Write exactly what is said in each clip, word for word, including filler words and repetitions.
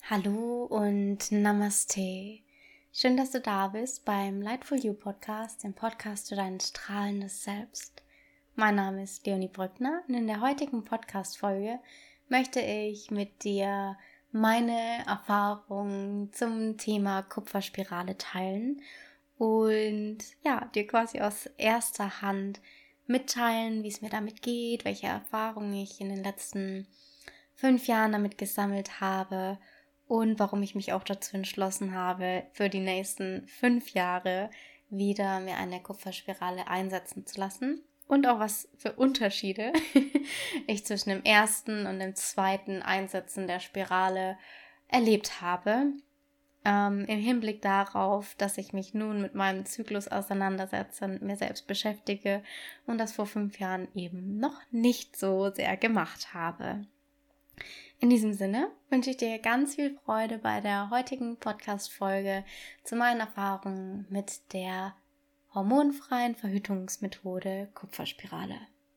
Hallo und Namaste. Schön, dass du da bist beim Lightful You Podcast, dem Podcast für dein strahlendes Selbst. Mein Name ist Leonie Brückner und in der heutigen Podcast-Folge möchte ich mit dir meine Erfahrungen zum Thema Kupferspirale teilen und ja, dir quasi aus erster Hand mitteilen, wie es mir damit geht, welche Erfahrungen ich in den letzten fünf Jahren damit gesammelt habe und warum ich mich auch dazu entschlossen habe, für die nächsten fünf Jahre wieder mir eine Kupferspirale einsetzen zu lassen. Und auch was für Unterschiede ich zwischen dem ersten und dem zweiten Einsetzen der Spirale erlebt habe. Ähm, im Hinblick darauf, dass ich mich nun mit meinem Zyklus auseinandersetze und mir selbst beschäftige und das vor fünf Jahren eben noch nicht so sehr gemacht habe. In diesem Sinne wünsche ich dir ganz viel Freude bei der heutigen Podcast-Folge zu meinen Erfahrungen mit der hormonfreien Verhütungsmethode Kupferspirale.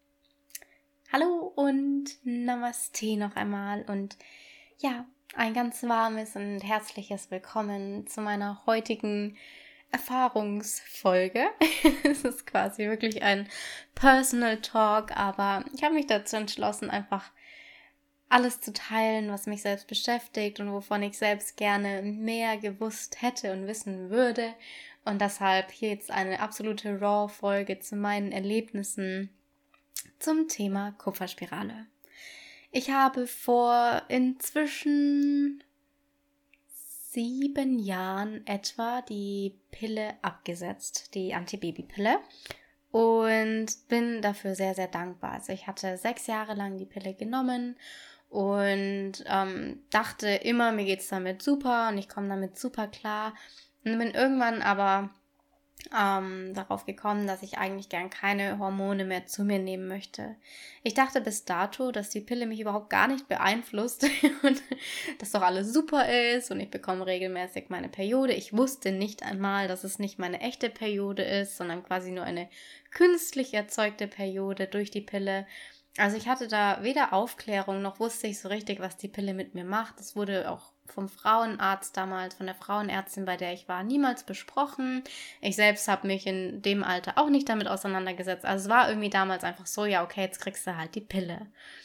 Hallo und Namaste noch einmal und ja, ein ganz warmes und herzliches Willkommen zu meiner heutigen Erfahrungsfolge. Es ist quasi wirklich ein Personal Talk, aber ich habe mich dazu entschlossen, einfach alles zu teilen, was mich selbst beschäftigt und wovon ich selbst gerne mehr gewusst hätte und wissen würde. Und deshalb hier jetzt eine absolute Raw-Folge zu meinen Erlebnissen zum Thema Kupferspirale. Ich habe vor inzwischen sieben Jahren etwa die Pille abgesetzt, die Antibabypille. Und bin dafür sehr, sehr dankbar. Also ich hatte sechs Jahre lang die Pille genommen und ähm, dachte immer, mir geht's damit super und ich komme damit super klar. Und bin irgendwann aber ähm, darauf gekommen, dass ich eigentlich gern keine Hormone mehr zu mir nehmen möchte. Ich dachte bis dato, dass die Pille mich überhaupt gar nicht beeinflusst und dass doch alles super ist und ich bekomme regelmäßig meine Periode. Ich wusste nicht einmal, dass es nicht meine echte Periode ist, sondern quasi nur eine künstlich erzeugte Periode durch die Pille. Also ich hatte da weder Aufklärung, noch wusste ich so richtig, was die Pille mit mir macht. Das wurde auch vom Frauenarzt damals, von der Frauenärztin, bei der ich war, niemals besprochen. Ich selbst habe mich in dem Alter auch nicht damit auseinandergesetzt. Also es war irgendwie damals einfach so, ja okay, jetzt kriegst du halt die Pille.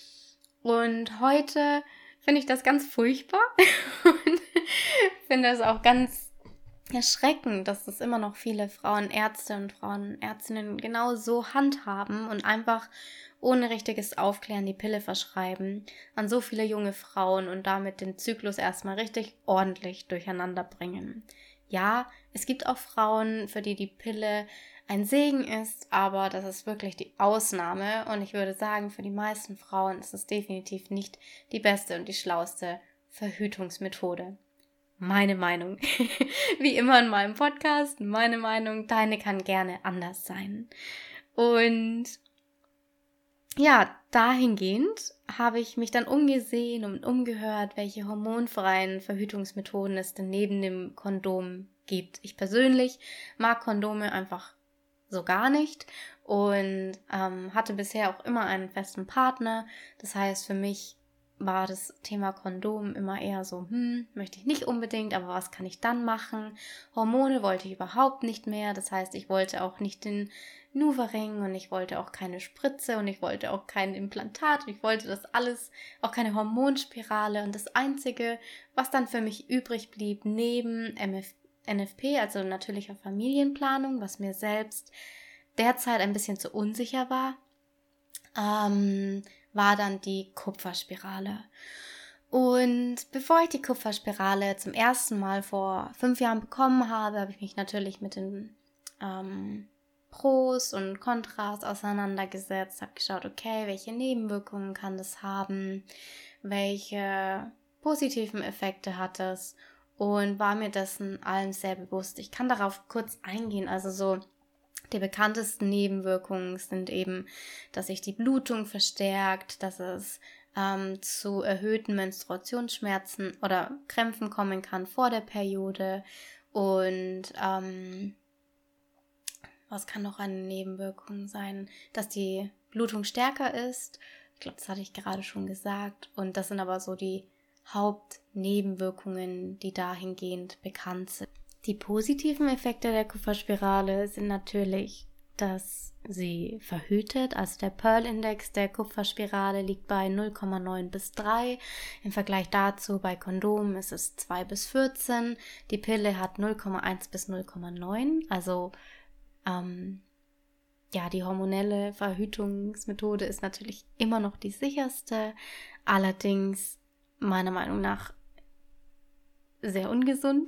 Und heute finde ich das ganz furchtbar und finde es auch ganz erschreckend, dass das immer noch viele Frauenärzte und Frauenärztinnen genau so handhaben und einfach ohne richtiges Aufklären die Pille verschreiben an so viele junge Frauen und damit den Zyklus erstmal richtig ordentlich durcheinander bringen. Ja, es gibt auch Frauen, für die die Pille ein Segen ist, aber das ist wirklich die Ausnahme und ich würde sagen, für die meisten Frauen ist es definitiv nicht die beste und die schlauste Verhütungsmethode. Meine Meinung. Wie immer in meinem Podcast, meine Meinung, deine kann gerne anders sein. Und ja, dahingehend habe ich mich dann umgesehen und umgehört, welche hormonfreien Verhütungsmethoden es denn neben dem Kondom gibt. Ich persönlich mag Kondome einfach so gar nicht und ähm, hatte bisher auch immer einen festen Partner. Das heißt, für mich war das Thema Kondom immer eher so, hm, möchte ich nicht unbedingt, aber was kann ich dann machen? Hormone wollte ich überhaupt nicht mehr. Das heißt, ich wollte auch nicht den NuvaRing und ich wollte auch keine Spritze und ich wollte auch kein Implantat und ich wollte das alles, auch keine Hormonspirale und das Einzige, was dann für mich übrig blieb, neben M F, N F P, also natürlicher Familienplanung, was mir selbst derzeit ein bisschen zu unsicher war, ähm, war dann die Kupferspirale. Und bevor ich die Kupferspirale zum ersten Mal vor fünf Jahren bekommen habe, habe ich mich natürlich mit den ähm, Pros und Kontras auseinandergesetzt, habe geschaut, okay, welche Nebenwirkungen kann das haben, welche positiven Effekte hat es und war mir dessen allem sehr bewusst. Ich kann darauf kurz eingehen, also so die bekanntesten Nebenwirkungen sind eben, dass sich die Blutung verstärkt, dass es ähm, zu erhöhten Menstruationsschmerzen oder Krämpfen kommen kann vor der Periode und ähm, was kann noch eine Nebenwirkung sein, dass die Blutung stärker ist. Ich glaube, das hatte ich gerade schon gesagt und das sind aber so die Hauptnebenwirkungen, die dahingehend bekannt sind. Die positiven Effekte der Kupferspirale sind natürlich, dass sie verhütet. Also der Pearl-Index der Kupferspirale liegt bei null Komma neun bis drei. Im Vergleich dazu bei Kondomen ist es zwei bis vierzehn. Die Pille hat null Komma eins bis null Komma neun. Also ähm, ja, die hormonelle Verhütungsmethode ist natürlich immer noch die sicherste. Allerdings meiner Meinung nach sehr ungesund.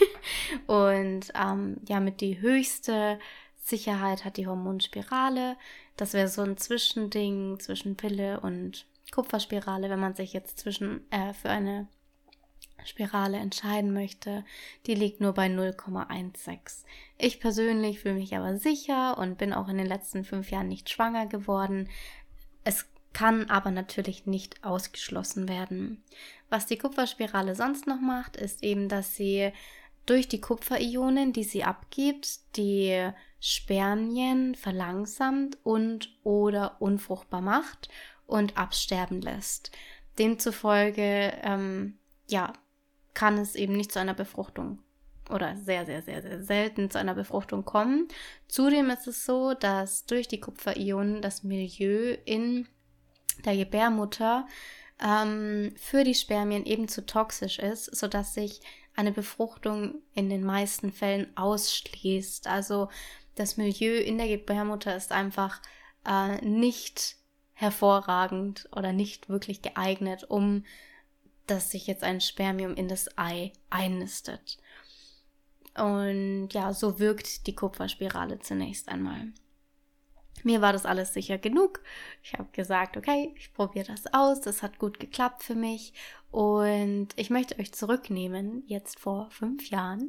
Und ähm, ja, mit die höchste Sicherheit hat die Hormonspirale. Das wäre so ein Zwischending zwischen Pille und Kupferspirale, wenn man sich jetzt zwischen äh, für eine Spirale entscheiden möchte. Die liegt nur bei null Komma sechzehn. Ich persönlich fühle mich aber sicher und bin auch in den letzten fünf Jahren nicht schwanger geworden. Es kann aber natürlich nicht ausgeschlossen werden. Was die Kupferspirale sonst noch macht, ist eben, dass sie durch die Kupferionen, die sie abgibt, die Spermien verlangsamt und oder unfruchtbar macht und absterben lässt. Demzufolge, ähm, ja, kann es eben nicht zu einer Befruchtung oder sehr, sehr, sehr, sehr selten zu einer Befruchtung kommen. Zudem ist es so, dass durch die Kupferionen das Milieu in der Gebärmutter ähm, für die Spermien eben zu toxisch ist, sodass sich eine Befruchtung in den meisten Fällen ausschließt. Also das Milieu in der Gebärmutter ist einfach äh, nicht hervorragend oder nicht wirklich geeignet, um dass sich jetzt ein Spermium in das Ei einnistet. Und ja, so wirkt die Kupferspirale zunächst einmal. Mir war das alles sicher genug. Ich habe gesagt, okay, ich probiere das aus. Das hat gut geklappt für mich. Und ich möchte euch zurücknehmen, jetzt vor fünf Jahren,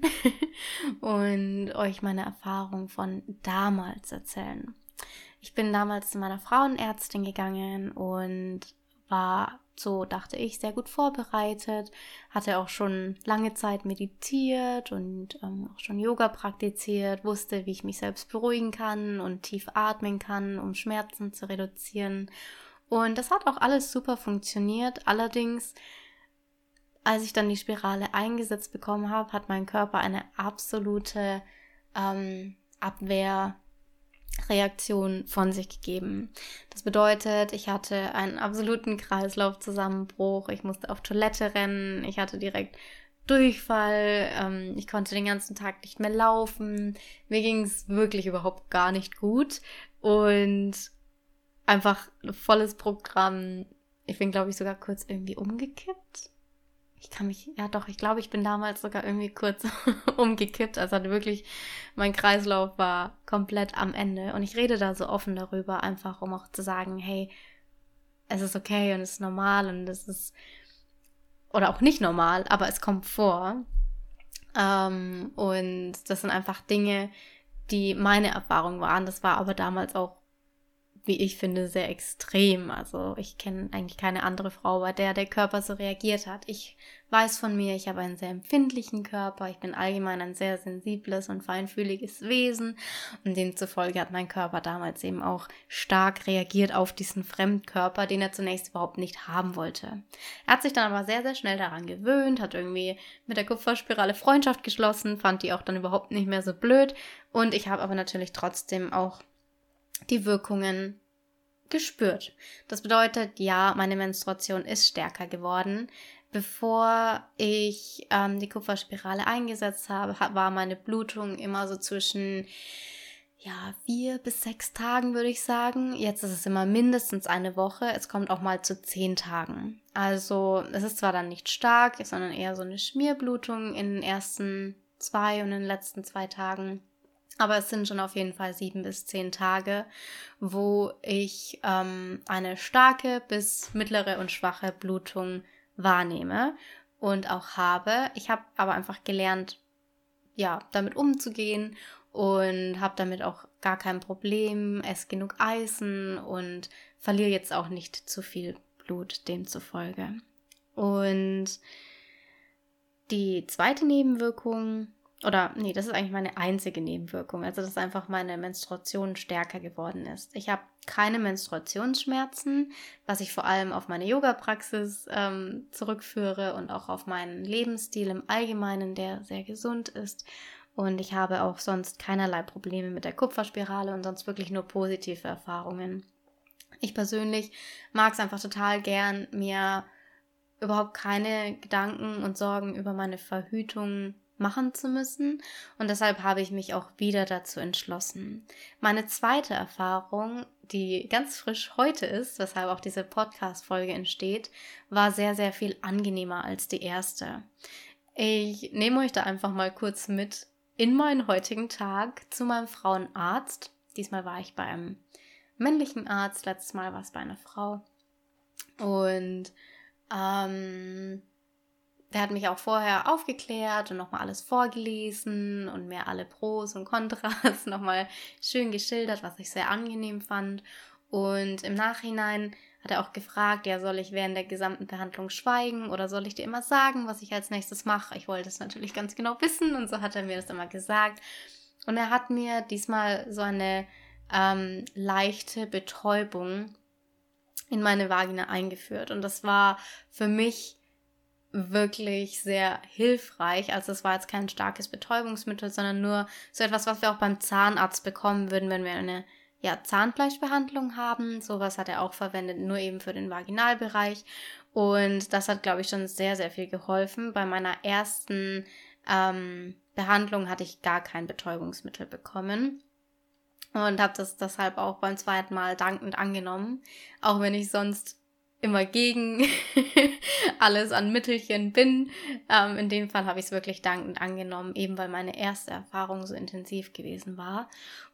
und euch meine Erfahrung von damals erzählen. Ich bin damals zu meiner Frauenärztin gegangen und war, so dachte ich, sehr gut vorbereitet, hatte auch schon lange Zeit meditiert und ähm, auch schon Yoga praktiziert, wusste, wie ich mich selbst beruhigen kann und tief atmen kann, um Schmerzen zu reduzieren. Und das hat auch alles super funktioniert. Allerdings, als ich dann die Spirale eingesetzt bekommen habe, hat mein Körper eine absolute ähm, Abwehr Reaktion von sich gegeben. Das bedeutet, ich hatte einen absoluten Kreislaufzusammenbruch, ich musste auf Toilette rennen, ich hatte direkt Durchfall, ähm, ich konnte den ganzen Tag nicht mehr laufen, mir ging es wirklich überhaupt gar nicht gut und einfach ein volles Programm. Ich bin, glaube ich, sogar kurz irgendwie umgekippt. Ich kann mich, ja doch, ich glaube, ich bin damals sogar irgendwie kurz umgekippt. Also hatte wirklich, mein Kreislauf war komplett am Ende. Und ich rede da so offen darüber, einfach um auch zu sagen, hey, es ist okay und es ist normal und es ist, oder auch nicht normal, aber es kommt vor. Ähm, und das sind einfach Dinge, die meine Erfahrung waren. Das war aber damals auch, wie ich finde, sehr extrem. Also ich kenne eigentlich keine andere Frau, bei der der Körper so reagiert hat. Ich weiß von mir, ich habe einen sehr empfindlichen Körper. Ich bin allgemein ein sehr sensibles und feinfühliges Wesen. Und demzufolge hat mein Körper damals eben auch stark reagiert auf diesen Fremdkörper, den er zunächst überhaupt nicht haben wollte. Er hat sich dann aber sehr, sehr schnell daran gewöhnt, hat irgendwie mit der Kupferspirale Freundschaft geschlossen, fand die auch dann überhaupt nicht mehr so blöd. Und ich habe aber natürlich trotzdem auch die Wirkungen gespürt. Das bedeutet, ja, meine Menstruation ist stärker geworden. Bevor ich ähm, die Kupferspirale eingesetzt habe, war meine Blutung immer so zwischen ja, vier bis sechs Tagen, würde ich sagen. Jetzt ist es immer mindestens eine Woche. Es kommt auch mal zu zehn Tagen. Also es ist zwar dann nicht stark, sondern eher so eine Schmierblutung in den ersten zwei und in den letzten zwei Tagen. Aber es sind schon auf jeden Fall sieben bis zehn Tage, wo ich ähm, eine starke bis mittlere und schwache Blutung wahrnehme und auch habe. Ich habe aber einfach gelernt, ja, damit umzugehen und habe damit auch gar kein Problem, esse genug Eisen und verliere jetzt auch nicht zu viel Blut demzufolge. Und die zweite Nebenwirkung, oder nee, das ist eigentlich meine einzige Nebenwirkung, also dass einfach meine Menstruation stärker geworden ist. Ich habe keine Menstruationsschmerzen, was ich vor allem auf meine Yoga-Praxis ähm, zurückführe und auch auf meinen Lebensstil im Allgemeinen, der sehr gesund ist. Und ich habe auch sonst keinerlei Probleme mit der Kupferspirale und sonst wirklich nur positive Erfahrungen. Ich persönlich mag es einfach total gern, mir überhaupt keine Gedanken und Sorgen über meine Verhütung machen zu müssen, und deshalb habe ich mich auch wieder dazu entschlossen. Meine zweite Erfahrung, die ganz frisch heute ist, weshalb auch diese Podcast-Folge entsteht, war sehr, sehr viel angenehmer als die erste. Ich nehme euch da einfach mal kurz mit in meinen heutigen Tag zu meinem Frauenarzt. Diesmal war ich bei einem männlichen Arzt, letztes Mal war es bei einer Frau. Und ähm, der hat mich auch vorher aufgeklärt und nochmal alles vorgelesen und mir alle Pros und Kontras nochmal schön geschildert, was ich sehr angenehm fand. Und im Nachhinein hat er auch gefragt, ja, soll ich während der gesamten Behandlung schweigen oder soll ich dir immer sagen, was ich als nächstes mache? Ich wollte es natürlich ganz genau wissen, und so hat er mir das immer gesagt. Und er hat mir diesmal so eine ähm, leichte Betäubung in meine Vagina eingeführt. Und das war für mich wirklich sehr hilfreich. Also es war jetzt kein starkes Betäubungsmittel, sondern nur so etwas, was wir auch beim Zahnarzt bekommen würden, wenn wir eine ja, Zahnfleischbehandlung haben. Sowas hat er auch verwendet, nur eben für den Vaginalbereich. Und das hat, glaube ich, schon sehr, sehr viel geholfen. Bei meiner ersten ähm, Behandlung hatte ich gar kein Betäubungsmittel bekommen. Und habe das deshalb auch beim zweiten Mal dankend angenommen. Auch wenn ich sonst immer gegen alles an Mittelchen bin. Ähm, in dem Fall habe ich es wirklich dankend angenommen, eben weil meine erste Erfahrung so intensiv gewesen war.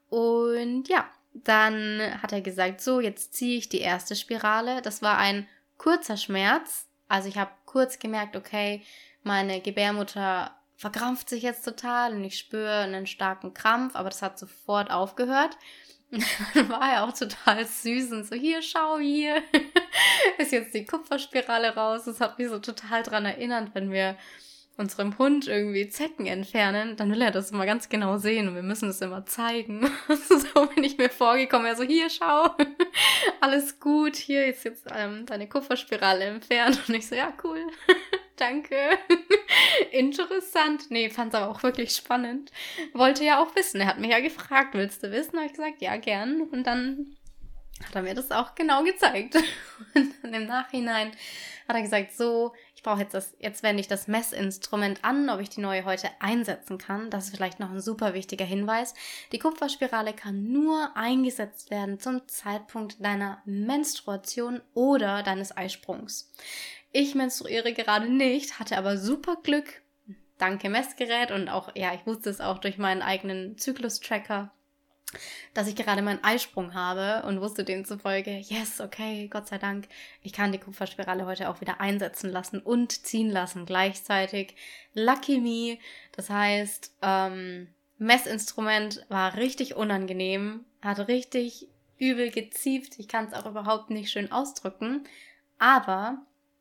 Und ja, dann hat er gesagt, so, jetzt ziehe ich die erste Spirale. Das war ein kurzer Schmerz. Also ich habe kurz gemerkt, okay, meine Gebärmutter verkrampft sich jetzt total und ich spüre einen starken Krampf, aber das hat sofort aufgehört. Und dann war er auch total süß und so, hier, schau, hier ist jetzt die Kupferspirale raus. Das hat mich so total dran erinnert, wenn wir unserem Hund irgendwie Zecken entfernen, dann will er das immer ganz genau sehen und wir müssen es immer zeigen. So bin ich mir vorgekommen, er so, hier, schau, alles gut, hier ist jetzt ähm, deine Kupferspirale entfernt. Und ich so, ja, cool, danke, interessant. Nee, fand es aber auch wirklich spannend. Wollte ja auch wissen, er hat mich ja gefragt, willst du wissen? Habe ich gesagt, ja, gern. Und dann hat er mir das auch genau gezeigt. Und dann im Nachhinein hat er gesagt, so, ich brauche jetzt das, jetzt wende ich das Messinstrument an, ob ich die neue heute einsetzen kann. Das ist vielleicht noch ein super wichtiger Hinweis. Die Kupferspirale kann nur eingesetzt werden zum Zeitpunkt deiner Menstruation oder deines Eisprungs. Ich menstruiere gerade nicht, hatte aber super Glück. Danke Messgerät und auch, ja, ich wusste es auch durch meinen eigenen Zyklus-Tracker, dass ich gerade meinen Eisprung habe und wusste demzufolge, yes, okay, Gott sei Dank, ich kann die Kupferspirale heute auch wieder einsetzen lassen und ziehen lassen gleichzeitig. Lucky me, das heißt, ähm, Messinstrument war richtig unangenehm, hat richtig übel geziebt, ich kann es auch überhaupt nicht schön ausdrücken, aber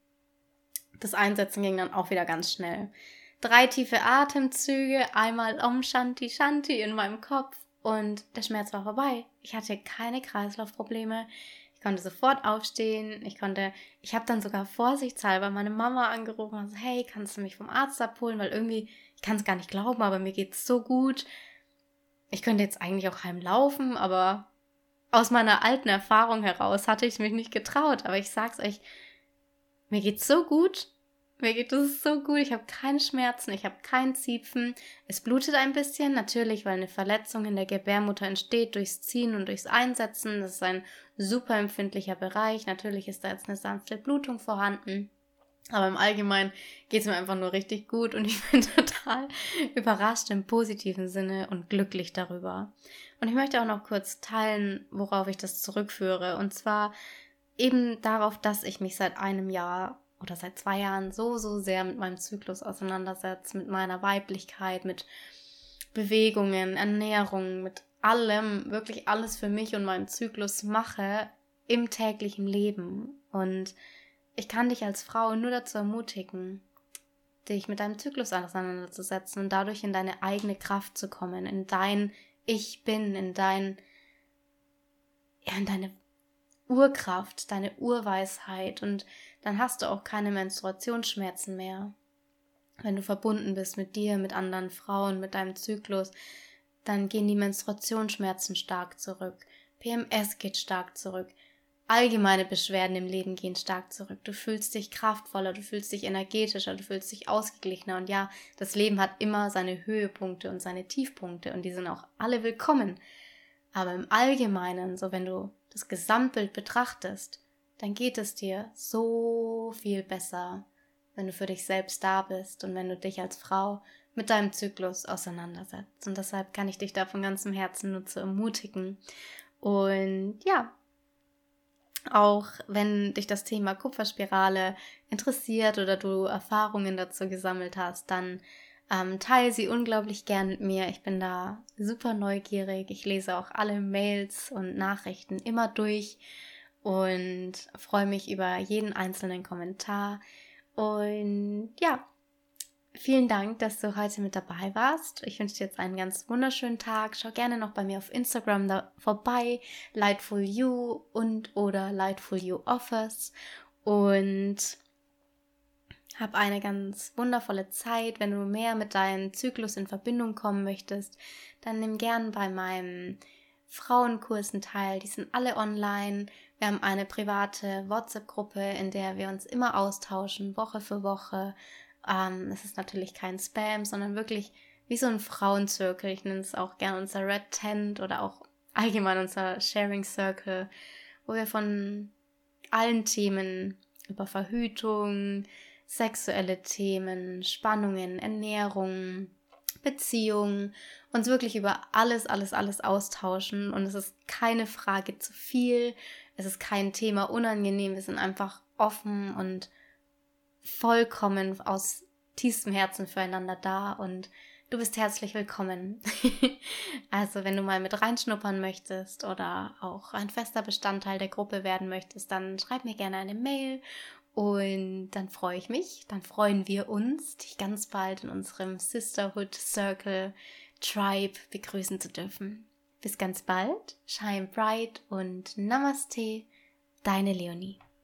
das Einsetzen ging dann auch wieder ganz schnell. Drei tiefe Atemzüge, einmal Om Shanti Shanti in meinem Kopf. Und der Schmerz war vorbei. Ich hatte keine Kreislaufprobleme. Ich konnte sofort aufstehen. Ich konnte, ich habe dann sogar vorsichtshalber meine Mama angerufen und so, hey, kannst du mich vom Arzt abholen? Weil irgendwie, ich kann es gar nicht glauben, aber mir geht's so gut. Ich könnte jetzt eigentlich auch heimlaufen, aber aus meiner alten Erfahrung heraus hatte ich mich nicht getraut. Aber ich sag's euch, mir geht's so gut. Mir geht es so gut, ich habe keine Schmerzen, ich habe kein Ziepfen. Es blutet ein bisschen, natürlich, weil eine Verletzung in der Gebärmutter entsteht durchs Ziehen und durchs Einsetzen. Das ist ein super empfindlicher Bereich. Natürlich ist da jetzt eine sanfte Blutung vorhanden. Aber im Allgemeinen geht es mir einfach nur richtig gut und ich bin total überrascht im positiven Sinne und glücklich darüber. Und ich möchte auch noch kurz teilen, worauf ich das zurückführe. Und zwar eben darauf, dass ich mich seit einem Jahr oder seit zwei Jahren so, so sehr mit meinem Zyklus auseinandersetze, mit meiner Weiblichkeit, mit Bewegungen, Ernährung, mit allem, wirklich alles für mich und meinen Zyklus mache im täglichen Leben. Und ich kann dich als Frau nur dazu ermutigen, dich mit deinem Zyklus auseinanderzusetzen und dadurch in deine eigene Kraft zu kommen, in dein Ich Bin, in dein, ja, in deine Urkraft, deine Urweisheit, und dann hast du auch keine Menstruationsschmerzen mehr. Wenn du verbunden bist mit dir, mit anderen Frauen, mit deinem Zyklus, dann gehen die Menstruationsschmerzen stark zurück. P M S geht stark zurück. Allgemeine Beschwerden im Leben gehen stark zurück. Du fühlst dich kraftvoller, du fühlst dich energetischer, du fühlst dich ausgeglichener. Und ja, das Leben hat immer seine Höhepunkte und seine Tiefpunkte und die sind auch alle willkommen. Aber im Allgemeinen, so wenn du das Gesamtbild betrachtest, dann geht es dir so viel besser, wenn du für dich selbst da bist und wenn du dich als Frau mit deinem Zyklus auseinandersetzt. Und deshalb kann ich dich da von ganzem Herzen nur zu ermutigen. Und ja, auch wenn dich das Thema Kupferspirale interessiert oder du Erfahrungen dazu gesammelt hast, dann ähm, teile sie unglaublich gern mit mir. Ich bin da super neugierig. Ich lese auch alle Mails und Nachrichten immer durch und freue mich über jeden einzelnen Kommentar. Und ja, vielen Dank, dass du heute mit dabei warst. Ich wünsche dir jetzt einen ganz wunderschönen Tag. Schau gerne noch bei mir auf Instagram da vorbei, Lightful You und oder Lightful You Offers, und hab eine ganz wundervolle Zeit. Wenn du mehr mit deinem Zyklus in Verbindung kommen möchtest, dann nimm gern bei meinen Frauenkursen teil. Die sind alle online. Wir haben eine private WhatsApp-Gruppe, in der wir uns immer austauschen, Woche für Woche. Ähm, es ist natürlich kein Spam, sondern wirklich wie so ein Frauenzirkel. Ich nenne es auch gern unser Red Tent oder auch allgemein unser Sharing Circle, wo wir von allen Themen über Verhütung, sexuelle Themen, Spannungen, Ernährung, Beziehungen, uns wirklich über alles, alles, alles austauschen. Und es ist keine Frage zu viel, es ist kein Thema unangenehm, wir sind einfach offen und vollkommen aus tiefstem Herzen füreinander da und du bist herzlich willkommen. Also wenn du mal mit reinschnuppern möchtest oder auch ein fester Bestandteil der Gruppe werden möchtest, dann schreib mir gerne eine Mail und dann freue ich mich, dann freuen wir uns, dich ganz bald in unserem Sisterhood Circle Tribe begrüßen zu dürfen. Bis ganz bald, shine bright und Namaste, deine Leonie.